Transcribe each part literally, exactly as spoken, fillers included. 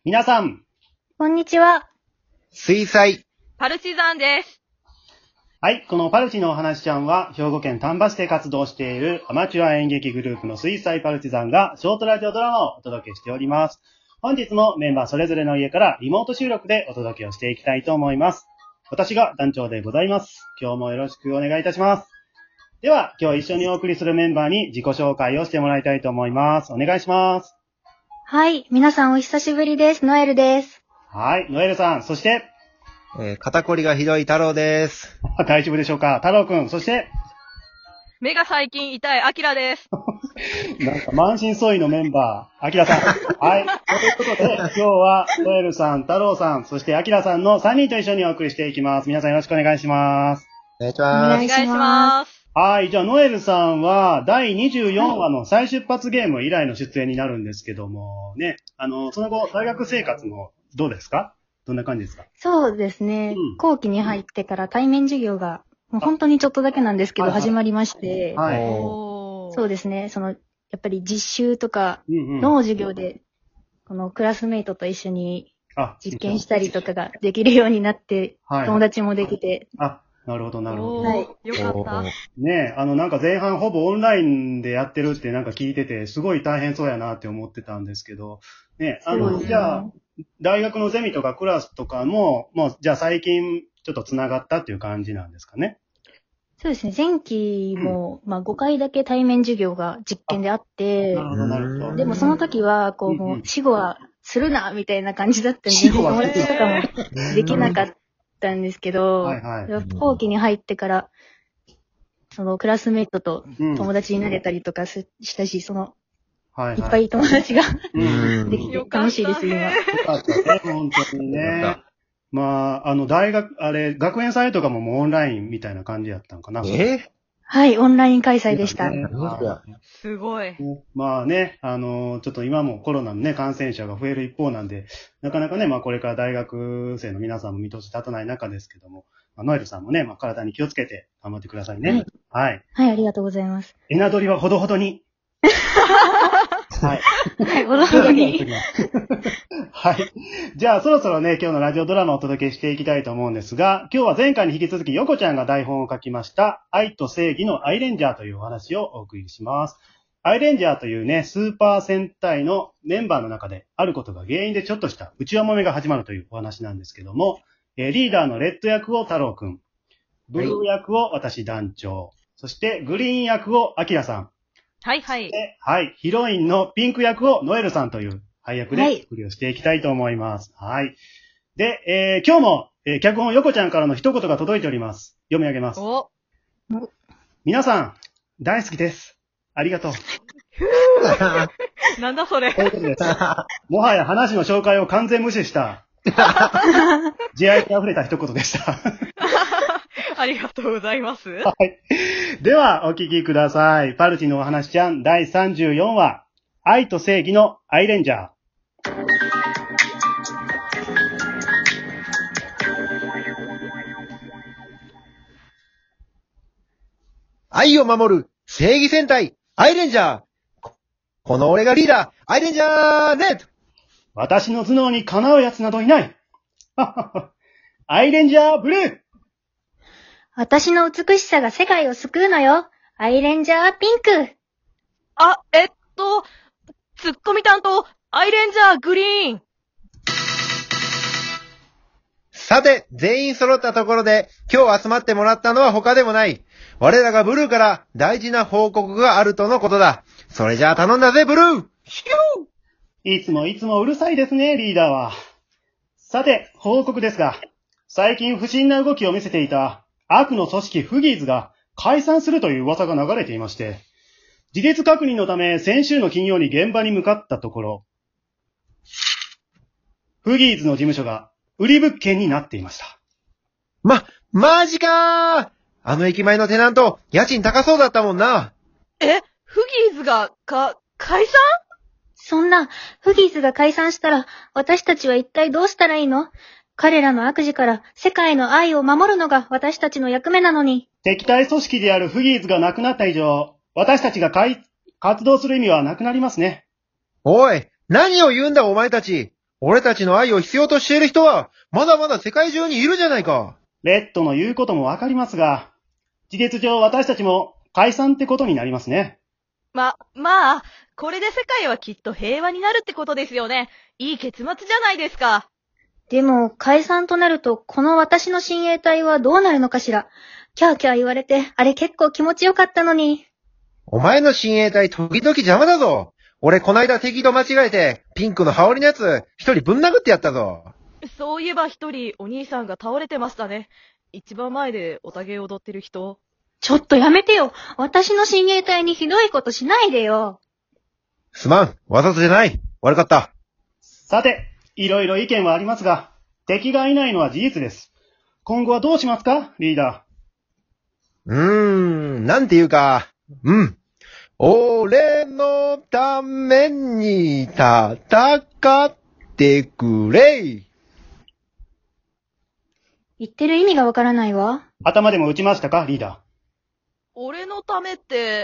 皆さん、 こんにちは。 水彩。 パルチザンです。 はい、このパルチのお話ちゃんは、兵庫県丹波市で活動しているアマチュア演劇グループの水彩パルチザンがショートラジオドラマをお届けしております。本日もメンバーそれぞれの家からリモート収録でお届けをしていきたいと思います。私が団長でございます。今日もよろしくお願いいたします。では、今日一緒にお送りするメンバーに自己紹介をしてもらいたいと思います。お願いします。 はい、皆さんお久しぶりです。ノエルです。 はい、ノエルさん、そして、 えー、肩こりがひどい太郎です。 大丈夫でしょうか、太郎くん、そして、 目が最近痛いアキラです。 なんか満身創痍のメンバー、アキラさん。はい。ということで、今日は、ノエルさん、太郎さん、そしてアキラさんのさんにんと一緒にお送りしていきます。皆さんよろしくお願いします。 お願いします。 お願いします。 はい。じゃあ、ノエルさんは、だいにじゅうよんわの再出発ゲーム以来の出演になるんですけども、ね。あの、その後、大学生活もどうですか？どんな感じですか？ そうですね。 うん、 後期に入ってから対面授業が、もう本当にちょっとだけなんですけど、 はいはい、 始まりまして、 はい。 そうですね。その、やっぱり実習とかの授業で、このクラスメイトと一緒に実験したりとかができるようになって、はい、友達もできて。 あ、なるほど、なるほど。 はい。 よかった。 ねえ、あの、なんか前半ほぼオンラインでやってるってなんか聞いてて、すごい大変そうやなって思ってたんですけど、ねえ、あの、じゃあ、大学のゼミとかクラスとかも、もう、じゃあ最近ちょっと繋がったっていう感じなんですかね。 そうですね。前期も、うん、まあごかいだけ対面授業が実験であって、 なるほど、なるほど。 でもその時は、こう、もう、死後はするな、みたいな感じだったんで、友達とかもできなかったんですけど、はいはい、後期に入ってから、そのクラスメイトと友達になれたりとかしたし、その、はいはい、いっぱい友達ができて楽しいです、今。 よかったね、本当にね。まあ、あの、大学、あれ、学園祭とかももうオンラインみたいな感じやったんかな。 えはい、オンライン開催でした。 ね、すごい。 まあね、あの、ちょっと今もコロナのね、感染者が増える一方なんで、なかなかね、まあこれから大学生の皆さんも見通し立たない中ですけども、まあ、ノエルさんもね、まあ体に気をつけて頑張ってくださいね。はい。はい、 はい、ありがとうございます。 エナドリはほどほどに。はい。 はい、ほどほどに。 はい。じゃあ、そろそろね、今日のラジオドラマをお届けしていきたいと思うんですが、今日は前回に引き続き、ヨコちゃんが台本を書きました、愛と正義のアイレンジャーというお話をお送りします。アイレンジャーというね、スーパー戦隊のメンバーの中で、あることが原因でちょっとした内輪もめが始まるというお話なんですけども、えー、リーダーのレッド役を太郎くん、ブルー役を私団長、そしてグリーン役をアキラさん、 はいはい。 はい。ヒロインのピンク役をノエルさんという配役で作りをしていきたいと思います。はい。はい、で、えー、今日も、えー、脚本ヨコちゃんからの一言が届いております。読み上げます。 お皆さん、大好きです。ありがとう。 なんだそれ。 ということです。もはや話の紹介を完全無視した、慈愛に溢れた一言でした。 ありがとうございます。 はい。では、お聞きください。パルチのお話ちゃんだいさんじゅうよんわ、愛と正義のアイレンジャー。 愛を守る正義戦隊アイレンジャー。この俺がリーダーアイレンジャーネット。 私の頭脳にかなうやつなどいない。アイレンジャーブルー。 私の美しさが世界を救うのよ。アイレンジャーピンク。 あ、えっと、ツッコミ担当、アイレンジャーグリーン。 さて、全員揃ったところで、今日集まってもらったのは他でもない。我らがブルーから大事な報告があるとのことだ。それじゃあ頼んだぜ、ブルー。ヒューいつもいつもうるさいですね、リーダーは。さて、報告ですが、最近不審な動きを見せていた、悪の組織フギーズが解散するという噂が流れていまして、事実確認のため先週の金曜に現場に向かったところ、フギーズの事務所が売り物件になっていました。 ま、マジかー。あの駅前のテナント、家賃高そうだったもんな。 え、フギーズが、か、解散？ そんな、フギーズが解散したら、私たちは一体どうしたらいいの？彼らの悪事から世界の愛を守るのが私たちの役目なのに。 敵対組織であるフギーズがなくなった以上、私たちが活動する意味はなくなりますね。 おい、何を言うんだお前たち。 俺たちの愛を必要としている人は、まだまだ世界中にいるじゃないか。 レッドの言うこともわかりますが、事実上私たちも解散ってことになりますね。 ま、まあ、これで世界はきっと平和になるってことですよね。いい結末じゃないですか。 でも、解散となると、この私の親衛隊はどうなるのかしら。キャーキャー言われて、あれ結構気持ちよかったのに。 お前の親衛隊時々邪魔だぞ。俺こないだ敵と間違えて、ピンクの羽織のやつ、一人ぶん殴ってやったぞ。 そういえば一人お兄さんが倒れてましたね。一番前でおたげ踊ってる人。 ちょっとやめてよ。私の親衛隊にひどいことしないでよ。 すまん。わざとじゃない。悪かった。 さて、いろいろ意見はありますが、敵がいないのは事実です。今後はどうしますか、リーダー。うーん、なんていうか、うん。俺のために戦ってくれ。 言ってる意味がわからないわ。 頭でも打ちましたか、リーダー。 俺のためって、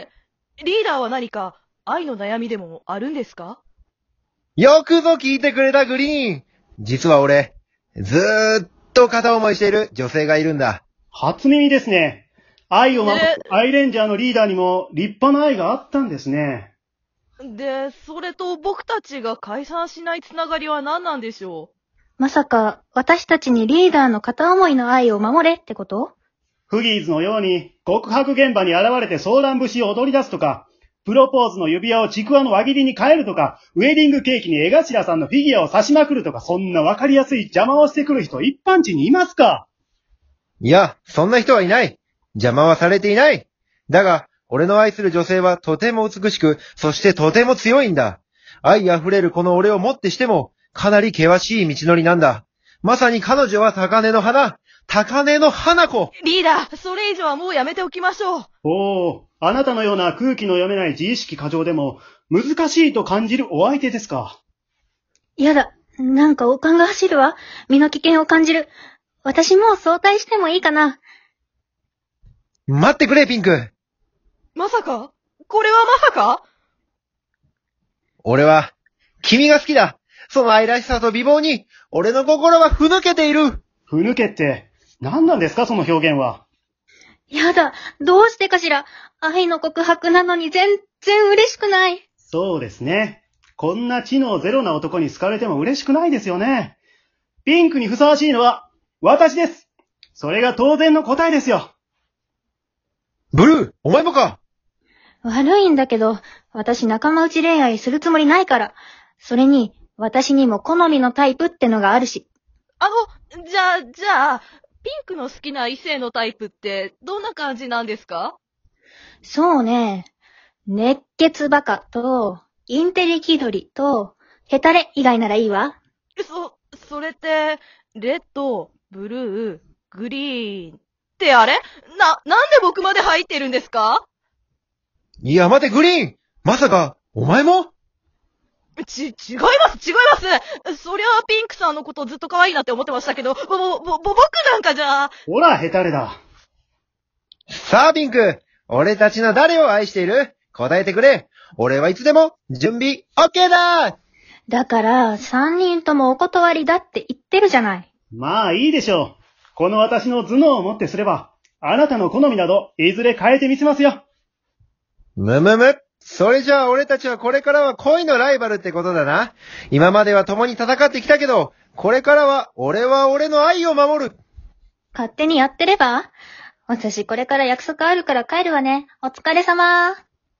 リーダーは何か愛の悩みでもあるんですか？ よくぞ聞いてくれたグリーン。実は俺、ずーっと片思いしている女性がいるんだ。 初耳ですね。愛を守るアイレンジャーのリーダーにも立派な愛があったんですね。 で、それと僕たちが解散しないつながりは何なんでしょう？ まさか、私たちにリーダーの片思いの愛を守れってこと？ フギーズのように告白現場に現れてソーラン節を踊り出すとか、プロポーズの指輪をちくわの輪切りに変えるとか、ウェディングケーキに江頭さんのフィギュアを刺しまくるとか、そんなわかりやすい邪魔をしてくる人一般人にいますか？ いや、そんな人はいない。邪魔はされていない。だが、俺の愛する女性はとても美しく、そしてとても強いんだ。愛あふれるこの俺をもってしても、かなり険しい道のりなんだ。まさに彼女は高嶺の花。高嶺の花子。 リーダー、それ以上はもうやめておきましょう。 おー、あなたのような空気の読めない自意識過剰でも、難しいと感じるお相手ですか？ やだ。なんか王冠が走るわ。身の危険を感じる。私も早退してもいいかな。 待ってくれ、ピンク。 まさか？これはまさか？ 俺は、君が好きだ。その愛らしさと美貌に、俺の心はふぬけている。 ふぬけって、何なんですか、その表現は。 やだ。どうしてかしら。愛の告白なのに全然嬉しくない。 そうですね。こんな知能ゼロな男に好かれても嬉しくないですよね。ピンクにふさわしいのは、私です。それが当然の答えですよ。 ブルー、お前もか。 悪いんだけど、私仲間内恋愛するつもりないから。それに、私にも好みのタイプってのがあるし。 あの、じゃあ、じゃあ、ピンクの好きな異性のタイプってどんな感じなんですか？ そうね。熱血バカと、インテリ気取りと、ヘタレ以外ならいいわ。 そ、それって、レッド、ブルー、グリーンってあれ？な、なんで僕まで入ってるんですか？ いや、待て、グリーン。まさか、お前も？ ち、違います違いますそりゃあピンクさんのことずっと可愛いなって思ってましたけど、ぼ、ぼ、ぼ、僕なんかじゃあ。 ほら、ヘタレだ。 さあ、ピンク。俺たちの誰を愛している？答えてくれ。俺はいつでも準備 OK だ！ だから、三人ともお断りだって言ってるじゃない。 まあいいでしょう。この私の頭脳をもってすれば、あなたの好みなどいずれ変えてみせますよ。 むむむ。それじゃあ俺たちはこれからは恋のライバルってことだな。今までは共に戦ってきたけど、これからは俺は俺の愛を守る。 勝手にやってれば？私これから約束あるから帰るわね。お疲れ様。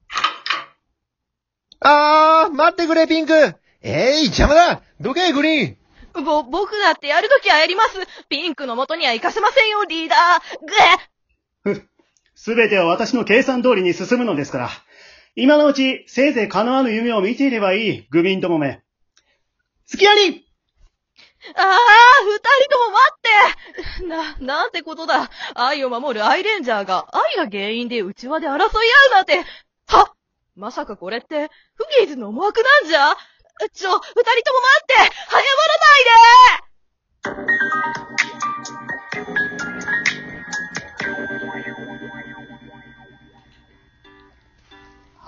あー、待ってくれ、ピンク。えい、邪魔だ。どけ、グリーン。 ぼ、僕だってやるときはやります。ピンクの元には行かせませんよ、リーダー。ぐえ。 ふ、すべては私の計算通りに進むのですから。今のうち、せいぜい叶わぬ夢を見ていればいい、グビンどもめ。付き合いああ、二人とも待ってな、なんてことだ。愛を守るアイレンジャーが、愛が原因で内輪で争い合うなんて。はまさかこれって、フギーズの思惑なんじゃ？ちょ、二人とも待って早まらないで！ は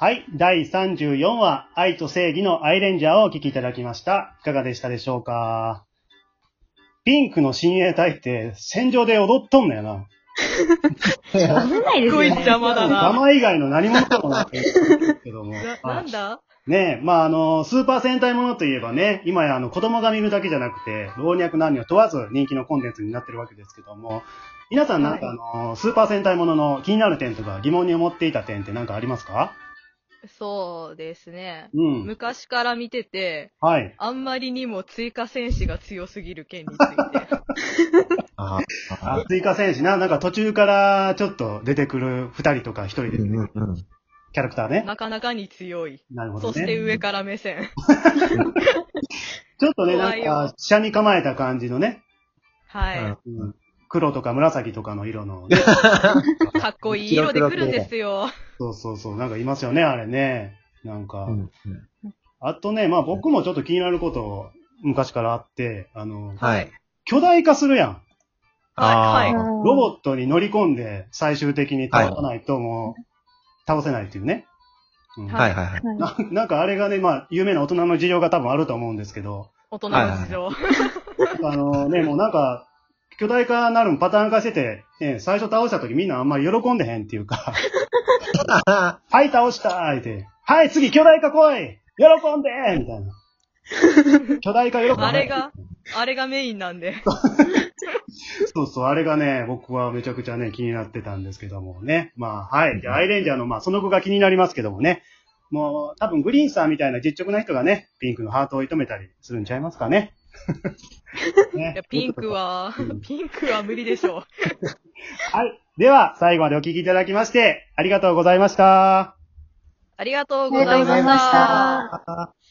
はい。だいさんじゅうよんわ、愛と正義のアイレンジャーをお聞きいただきました。いかがでしたでしょうか？ピンクの親衛隊って戦場で踊っとんのやな。 危ないですよね。すごい邪魔だな。 ガマ以外の何者かもなって言うんですけども。 な、なんだねえ、まあ、あの、スーパー戦隊ものといえばね、今やあの子供が見るだけじゃなくて、老若男女問わず人気のコンテンツになってるわけですけども、皆さんなんかあの、はい、スーパー戦隊ものの気になる点とか疑問に思っていた点って何かありますか？ そうですね。 うん。 昔から見てて、 はい。 あんまりにも追加戦士が強すぎる件について。 ああ、追加戦士な、なんか途中からちょっと出てくる二人とか一人で出てくるキャラクターね。 なかなかに強い。 なるほどね。 そして上から目線。 ちょっとね、なんか、車に構えた感じのね。 はい。 うん、黒とか紫とかの色の、ね。 かっこいい色で来るんですよ。 そうそうそう。なんかいますよね、あれね。なんか。うんうん、あとね、まあ僕もちょっと気になること昔からあって、あの、 はい。 巨大化するやん。 はい。 ロボットに乗り込んで最終的に倒さないともう倒せないっていうね。 うん、はいはいはいな。なんかあれがね、まあ有名な大人の事情が多分あると思うんですけど。 大人の事情。はいはい、あのね、もうなんか、巨大化なるんパターン化してて、ね、最初倒した時みんなあんまり喜んでへんっていうか。はい、倒したーって。はい、次巨大化来い喜んでーみたいな。巨大化喜んで。 あれが、あれがメインなんで。 そうそう、あれがね、僕はめちゃくちゃね、気になってたんですけどもね。まあ、はい。じゃあ、アイレンジャーの、まあ、その後が気になりますけどもね。もう、多分、グリーンさんみたいな実直な人がね、ピンクのハートを射止めたりするんちゃいますかね。 ね、いや、ピンクは、うん、ピンクは無理でしょう。 はい。では、最後までお聞きいただきまして、ありがとうございました。 ありがとうございました。